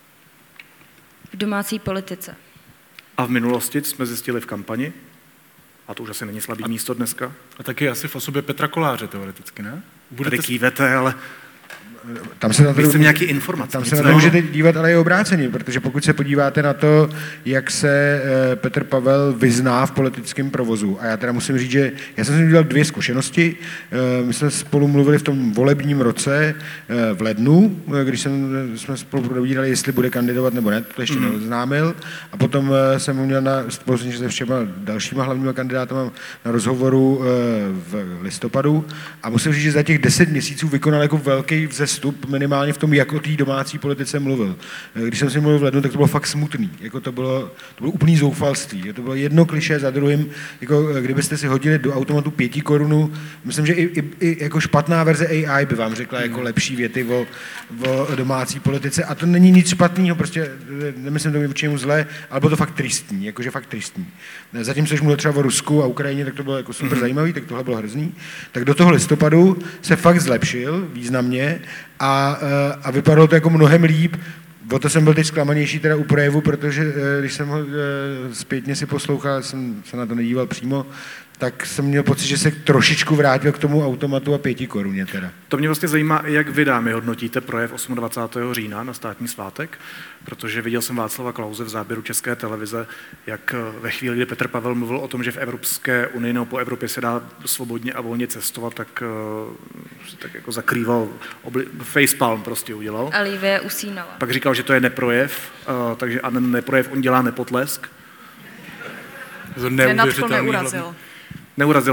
V domácí politice. A v minulosti jsme zjistili v kampani? A to už asi není slabý místo dneska? A taky asi v osobě Petra Koláře teoreticky, ne? Tady kývete, ale... Tam se na to jsem nějaký informace. Tam se na to můžete dívat, ale i obráceně, protože pokud se podíváte na to, jak se Petr Pavel vyzná v politickém provozu, a já teda musím říct, že já jsem si udělal 2 zkušenosti. My jsme spolu mluvili v tom volebním roce v lednu, když jsme spolu probírali, jestli bude kandidovat nebo ne, to ještě neoznámil. A potom jsem měl spolu se všema dalšíma hlavníma kandidátama na rozhovoru v listopadu. A musím říct, že za těch 10 měsíců vykonal jako velký vzestup minimálně v tom, jak o té domácí politice mluvil. Když jsem si mluvil v lednu, tak to bylo fakt smutný. Jako to bylo úplný zoufalství. To bylo jedno klišé za druhým. Jako kdybyste si hodili do automatu 5 korun, myslím, že i jako špatná verze AI by vám řekla jako lepší věty o domácí politice. A to není nic špatného, prostě nemyslím to vůči němu zlé, ale bylo to fakt tristní, jakože fakt tristní. Zatímco, když mluvil třeba o Rusku a Ukrajině, tak to bylo jako super zajímavý, tak tohle bylo hrozný. Tak do toho listopadu se fakt zlepšil významně a vypadalo to jako mnohem líp. O to jsem byl teď zklamanější teda u projevu, protože když jsem ho zpětně si poslouchal, jsem se na to nedíval přímo, tak jsem měl pocit, že se trošičku vrátil k tomu automatu a 5 koruně teda. To mě vlastně zajímá, jak vy, dámy, hodnotíte projev 28. října na státní svátek, protože viděl jsem Václava Klause v záběru České televize, jak ve chvíli, kdy Petr Pavel mluvil o tom, že v Evropské unii nebo po Evropě se dá svobodně a volně cestovat, tak jako zakrýval, facepalm prostě udělal. A Livie usínala. Pak říkal, že to je neprojev, takže a neprojev, on dělá nepotlesk. Nenadchlo, neurazil. Neurazilo?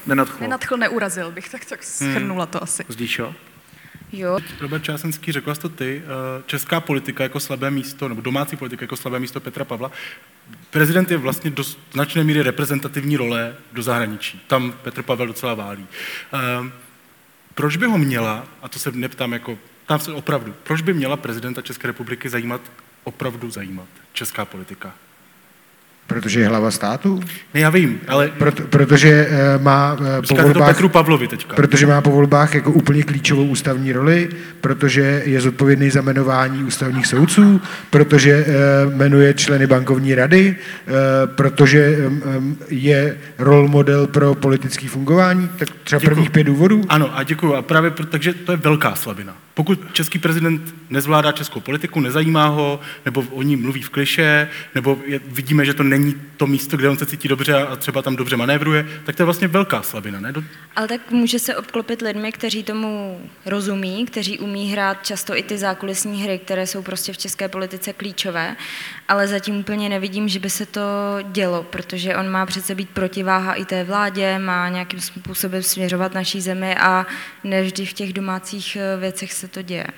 Nenadchl, neurazil bych, tak shrnula to asi. Zdíšo? Jo. Robert Čásenský, řekla jsi to ty, česká politika jako slabé místo, nebo domácí politika jako slabé místo Petra Pavla. Prezident je vlastně do značné míry reprezentativní role do zahraničí. Tam Petr Pavel docela válí. Proč by ho měla, a to se neptám jako, ptám se opravdu, proč by měla prezidenta České republiky opravdu zajímat česká politika? Protože je hlava státu? Ne, já vím, ale... Protože má po volbách... Petru Pavlovi teďka. Protože má po volbách jako úplně klíčovou ústavní roli, protože je zodpovědný za jmenování ústavních soudců, protože jmenuje členy bankovní rady, protože je role model pro politické fungování, tak třeba prvních 5 důvodů. Ano, a děkuju. A právě takže to je velká slabina. Pokud český prezident nezvládá českou politiku, nezajímá ho, nebo o ní mluví v klišé, nebo vidíme, že to není to místo, kde on se cítí dobře a třeba tam dobře manévruje, tak to je vlastně velká slabina, ne? Ale tak může se obklopit lidmi, kteří tomu rozumí, kteří umí hrát často i ty zákulisní hry, které jsou prostě v české politice klíčové, ale zatím úplně nevidím, že by se to dělo, protože on má přece být protiváha i té vládě, má nějakým způsobem směřovat naší zemi a nevždy v těch domácích věcech se to děje.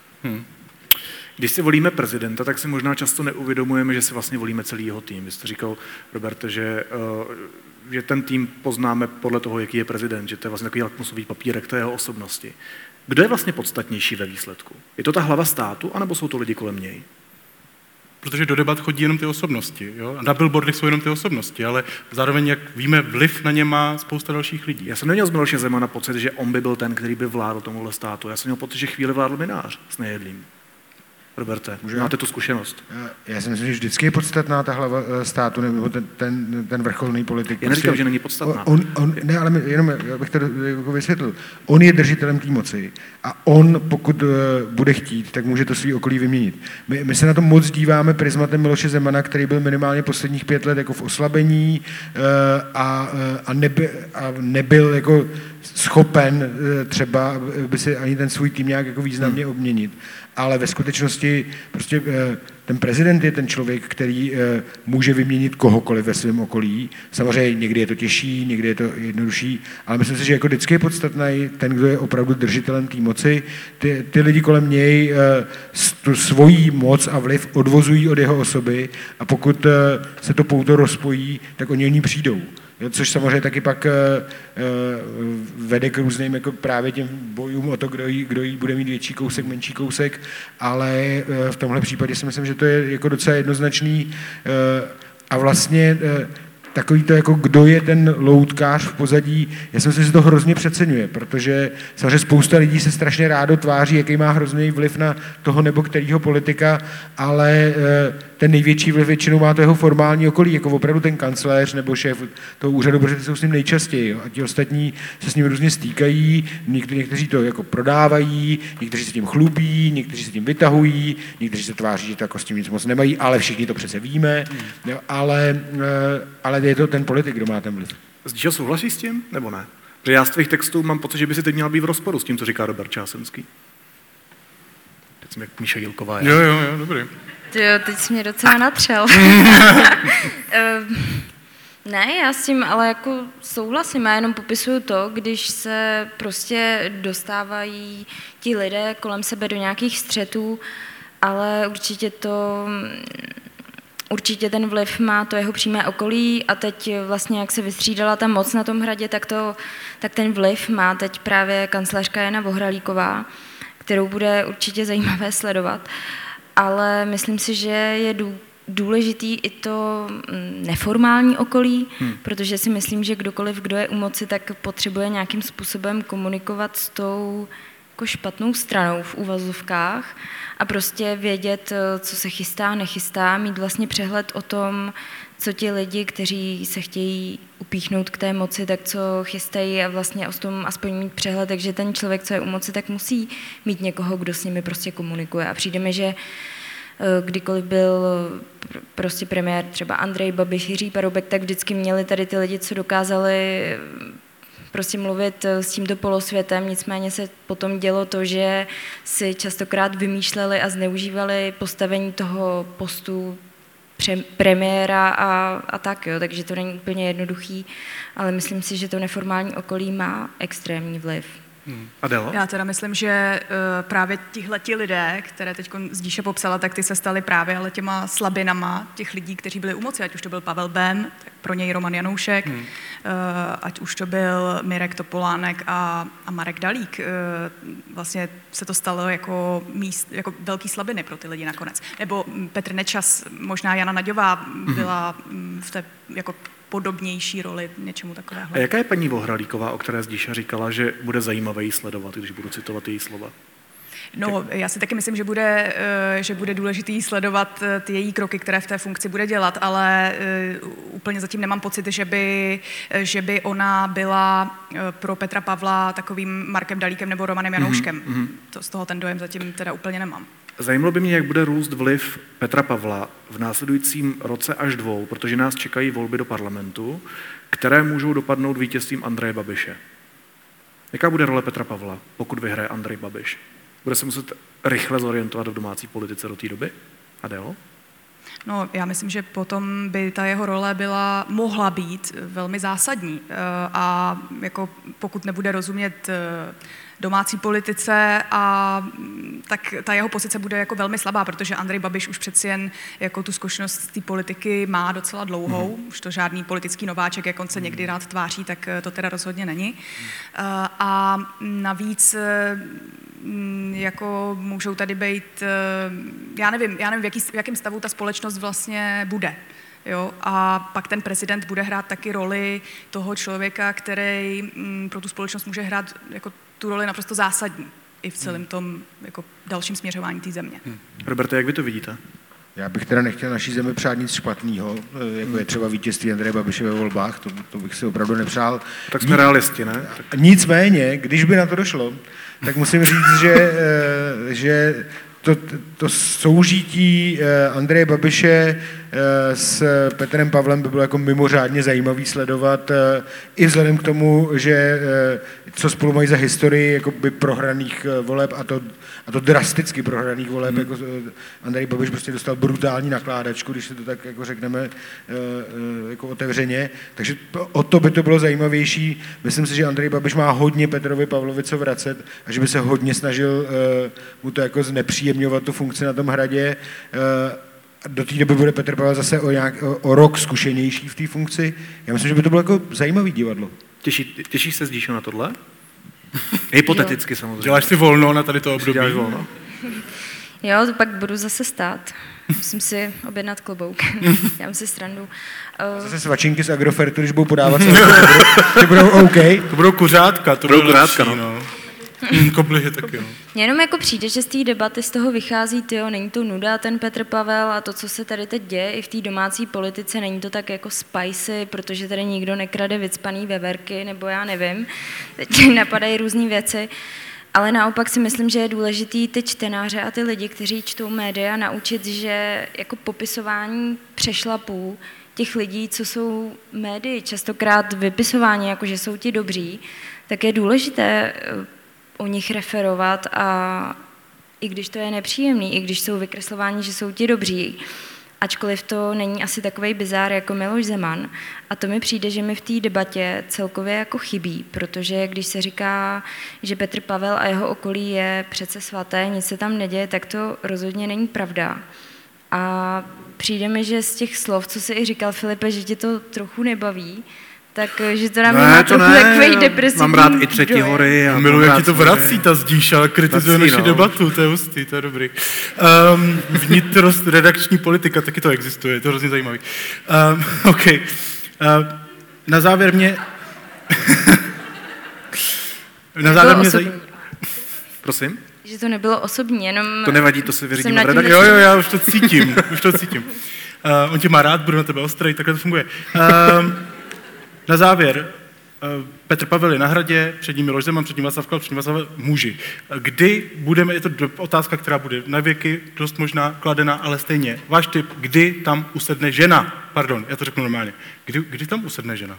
Když si volíme prezidenta, tak si možná často neuvědomujeme, že si vlastně volíme celý jeho tým. Vy jste říkal, Roberte, že ten tým poznáme podle toho, jaký je prezident, že to je vlastně takový lakmusový papírek té jeho osobnosti. Kdo je vlastně podstatnější ve výsledku? Je to ta hlava státu, anebo jsou to lidi kolem něj? Protože do debat chodí jenom ty osobnosti. Jo? Na billboardech jsou jenom ty osobnosti, ale zároveň, jak víme, vliv na ně má spousta dalších lidí. Já jsem neměl z Miloše Zemana pocit, že on by byl ten, který by vládl tomuhle státu. Já jsem měl pocit, že chvíli vládl Mynář s Nejedlým. Roberte, máte tu zkušenost? Já si myslím, že vždycky je podstatná ta hlava státu, nebo ten vrcholný politik. Já neříkám, že není podstatná. Ne, ale jenom, abych to jako vysvětlil. On je držitelem té moci a on, pokud bude chtít, tak může to svý okolí vyměnit. My se na to moc díváme prismatem Miloše Zemana, který byl minimálně posledních 5 let jako v oslabení a nebyl jako schopen třeba by si ani ten svůj tým nějak jako významně obměnit. Ale ve skutečnosti prostě ten prezident je ten člověk, který může vyměnit kohokoliv ve svém okolí. Samozřejmě někdy je to těžší, někdy je to jednodušší, ale myslím si, že jako vždycky je podstatný ten, kdo je opravdu držitelem té moci. Ty lidi kolem něj tu svoji moc a vliv odvozují od jeho osoby a pokud se to pouto rozpojí, tak oni o ní přijdou. Jo, což samozřejmě taky pak vede k různým jako právě těm bojům o to, kdo jí bude mít větší kousek, menší kousek, ale v tomhle případě si myslím, že to je jako docela jednoznačný a vlastně takový to, jako kdo je ten loutkář v pozadí, já si myslím, že se to hrozně přeceňuje, protože samozřejmě spousta lidí se strašně rádo tváří, jaký má hrozný vliv na toho nebo kterýho politika, ale ten největší vliv většinou má to jeho formální okolí, jako opravdu ten kancléř nebo šéf toho úřadu, protože ty jsou s ním nejčastěji. Jo? A ti ostatní se s ním různě stýkají, někteří to jako prodávají, někteří se tím chlubí, někteří se tím vytahují, někteří se tváří, že to jako s tím nic moc nemají, ale všichni to přece víme, jo? Ale je to ten politik, kdo má ten vliv. Zdíšel souhlasí s tím, nebo ne? Protože já z tvých textů mám pocit, že by si teď měla být v rozporu s tím, co říká Robert Čásenský. Teď jsem jak Míša Jilková. Jo, dobrý. Jo, teď jsi mě docela natřel. Ne, já s tím ale jako souhlasím, já jenom popisuju to, když se prostě dostávají ti lidé kolem sebe do nějakých střetů, ale určitě ten vliv má to jeho přímé okolí a teď vlastně, jak se vystřídala ta moc na tom hradě, tak ten vliv má teď právě kancléřka Jana Vohralíková, kterou bude určitě zajímavé sledovat. Ale myslím si, že je důležitý i to neformální okolí, protože si myslím, že kdokoliv, kdo je u moci, tak potřebuje nějakým způsobem komunikovat s tou jako špatnou stranou v uvazovkách a prostě vědět, co se chystá, nechystá, mít vlastně přehled o tom, co ti lidi, kteří se chtějí upíchnout k té moci, tak co chystají a vlastně o tom aspoň mít přehled, takže ten člověk, co je u moci, tak musí mít někoho, kdo s nimi prostě komunikuje. A přijde mi, že kdykoliv byl prostě premiér třeba Andrej Babiš, Jiří Paroubek, tak vždycky měli tady ty lidi, co dokázali prostě mluvit s tímto polosvětem, nicméně se potom dělo to, že si častokrát vymýšleli a zneužívali postavení toho postu premiéra a tak, jo, takže to není úplně jednoduchý, ale myslím si, že to neformální okolí má extrémní vliv. Adélo? Já teda myslím, že právě tihleti lidé, které teď Zdíša popsala, tak ty se staly právě ale těma slabinama těch lidí, kteří byli u moci, ať už to byl Pavel Bém, tak pro něj Roman Janoušek, ať už to byl Mirek Topolánek a Marek Dalík. Vlastně se to stalo jako velký slabiny pro ty lidi nakonec. Nebo Petr Nečas, možná Jana Naďová byla v té jako podobnější roli něčemu takového. A jaká je paní Vohralíková, o které Zdíša říkala, že bude zajímavé jí sledovat, když budu citovat její slova? No, já si taky myslím, že bude důležitý sledovat ty její kroky, které v té funkci bude dělat, ale úplně zatím nemám pocit, že by ona byla pro Petra Pavla takovým Markem Dalíkem nebo Romanem Janouškem. Z toho ten dojem zatím teda úplně nemám. Zajímalo by mě, jak bude růst vliv Petra Pavla v následujícím roce až 2, protože nás čekají volby do parlamentu, které můžou dopadnout vítězstvím Andreje Babiše. Jaká bude role Petra Pavla, pokud vyhraje Andrej Babiš? Bude se muset rychle zorientovat v domácí politice do té doby? Adélo? No, já myslím, že potom by ta jeho role mohla být velmi zásadní. A jako pokud nebude rozumět domácí politice, tak ta jeho pozice bude jako velmi slabá, protože Andrej Babiš už přeci jen jako tu zkušenost z té politiky má docela dlouhou. Už to žádný politický nováček, jak on se někdy rád tváří, tak to teda rozhodně není. A navíc jako můžou tady být, já nevím, v jakém stavu ta společnost vlastně bude. Jo? A pak ten prezident bude hrát taky roli toho člověka, který pro tu společnost může hrát jako tu roli naprosto zásadní i v celém tom jako dalším směřování té země. Roberte, jak vy to vidíte? Já bych teda nechtěl naší zemi přát nic špatného, jako je třeba vítězství Andreje Babiše ve volbách, to bych si opravdu nepřál. Tak jsme realisti, ne? Nicméně, když by na to došlo, tak musím říct, že to soužití Andreje Babiše s Petrem Pavlem by bylo jako mimořádně zajímavý sledovat i vzhledem k tomu, že co spolu mají za historii jakoby prohraných voleb a to drasticky prohraných voleb, jako Andrej Babiš prostě dostal brutální nakládačku, když se to tak jako řekneme jako otevřeně, takže o to by to bylo zajímavější. Myslím si, že Andrej Babiš má hodně Petrovi Pavlovi co vracet a že by se hodně snažil mu to jako znepříjemňovat tu funkci na tom Hradě. Do té doby bude Petr Pavel zase o rok zkušenější v té funkci. Já myslím, že by to bylo jako zajímavý divadlo. Těšíš se, Zdíšo, na tohle? Hypoteticky samozřejmě. Děláš si volno na tady to období? Děláš volno? Jo, to pak budu zase stát. Musím si objednat klobouk. Dám si srandu. Zase svačinky z Agrofertu, když budou podávat ty budou OK. To budou kuřátka, to budou lepší, no. Koblihy taky, no. Mně jenom jako přijde, že z té debaty z toho vychází, není to nuda ten Petr Pavel a to, co se tady teď děje i v té domácí politice, není to tak jako spicy, protože tady nikdo nekrade vycpaný veverky, nebo já nevím, teď napadají různý věci, ale naopak si myslím, že je důležitý ty čtenáře a ty lidi, kteří čtou média, naučit, že jako popisování přešlapů těch lidí, co jsou médii, častokrát vypisování, jako že jsou ti dobří, tak je důležité o nich referovat a i když to je nepříjemný, i když jsou vykreslováni, že jsou ti dobří, ačkoliv to není asi takovej bizár jako Miloš Zeman. A to mi přijde, že mi v té debatě celkově jako chybí, protože když se říká, že Petr Pavel a jeho okolí je přece svaté, nic se tam neděje, tak to rozhodně není pravda. A přijde mi, že z těch slov, co jsi i říkal, Filipe, že tě to trochu nebaví, takže to na mě má trochu takovej depresivní. Mám rád i Třetí hory. A miluji, jak ti to vrací, ta Zdíša, ale kritizuje naši debatu, to je hustý, to je dobrý. Redakční politika, taky to existuje, to je hrozně zajímavý. OK. Na závěr mě... Prosím? Že to nebylo osobní, jenom... To nevadí, to si vyřídíme v redakci. Jo, já už to cítím. On tě má rád, budu na tebe ostrý, takhle to funguje. Na závěr, Petr Pavel je na Hradě, před ním Miloš Zeman, před ním Václav Klaus, před ním Václav muži. Kdy budeme, je to otázka, která bude na věky dost možná kladená, ale stejně. Váš tip, kdy tam usedne žena? Pardon, já to řeknu normálně. Kdy tam usedne žena?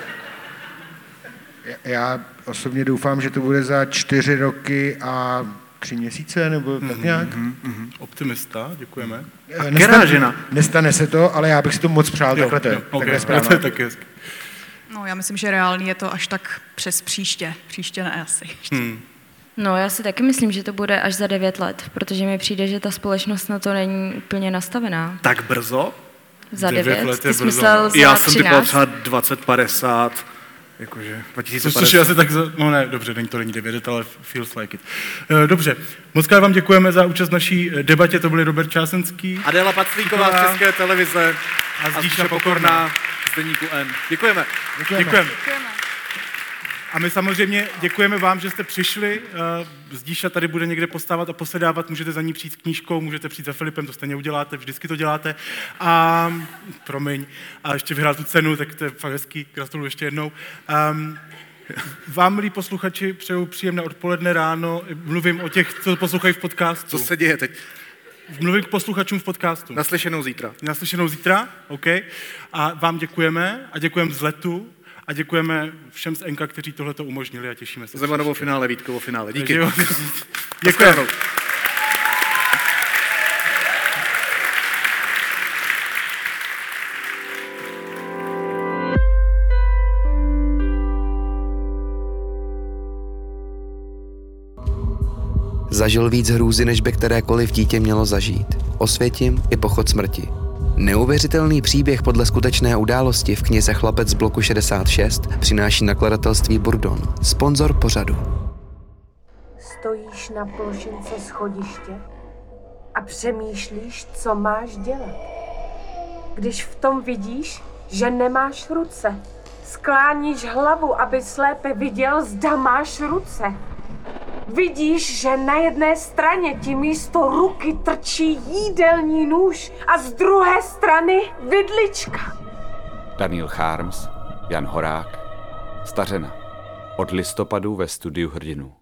Já osobně doufám, že to bude za 4 roky a 3 měsíce, nebo tak nějak. Optimista, děkujeme. Nestane se to, ale já bych si to moc přál, takhle to je. To je taky hezky. No, já myslím, že reálný je to až tak přes příště. Příště ne asi. No, já si taky myslím, že to bude až za 9 let, protože mi přijde, že ta společnost na to není úplně nastavená. Tak brzo? Za 9 let je ty jsi brzo. myslel za Já jsem 13? typoval třeba 2050, jakože 2050. Což je asi tak, no ne, dobře, to není 9, ale feels like it. Dobře, moc krát vám děkujeme za účast v naší debatě, to byli Robert Čásenský, Adéla Paclíková z České televize a Zdíša Pokorná z Deníku N. Děkujeme. Děkujeme. A my samozřejmě děkujeme vám, že jste přišli. Zdíša tady bude někde postávat a posedávat, můžete za ní přijít s knížkou, můžete přijít za Filipem, to stejně uděláte, vždycky to děláte. A promiň, a ještě vyhrál tu cenu, tak to je fakt hezký, gratuluju ještě jednou. Vám, milí posluchači, přeju příjemné odpoledne, ráno, mluvím o těch, co poslouchají v podcastu. Co se děje teď? Mluvím k posluchačům v podcastu. Naslyšenou zítra. Naslyšenou zítra, OK. A vám děkujeme a děkujeme Vzletu. A děkujeme všem z Enka, kteří tohleto umožnili a těšíme se. Zemanovo finále, Vítkovo finále. Díky. Děkujeme. Zažil víc hrůzy, než by kterékoliv dítě mělo zažít. Osvětím i pochod smrti. Neuvěřitelný příběh podle skutečné události v knize Chlapec z bloku 66 přináší nakladatelství Burdon, sponzor pořadu. Stojíš na plošince schodiště a přemýšlíš, co máš dělat. Když v tom vidíš, že nemáš ruce, skláníš hlavu, aby lépe viděl, zda máš ruce. Vidíš, že na jedné straně ti místo ruky trčí jídelní nůž a z druhé strany vidlička. Daniel Charms, Jan Horák, Stařena. Od listopadu ve studiu Hrdinů.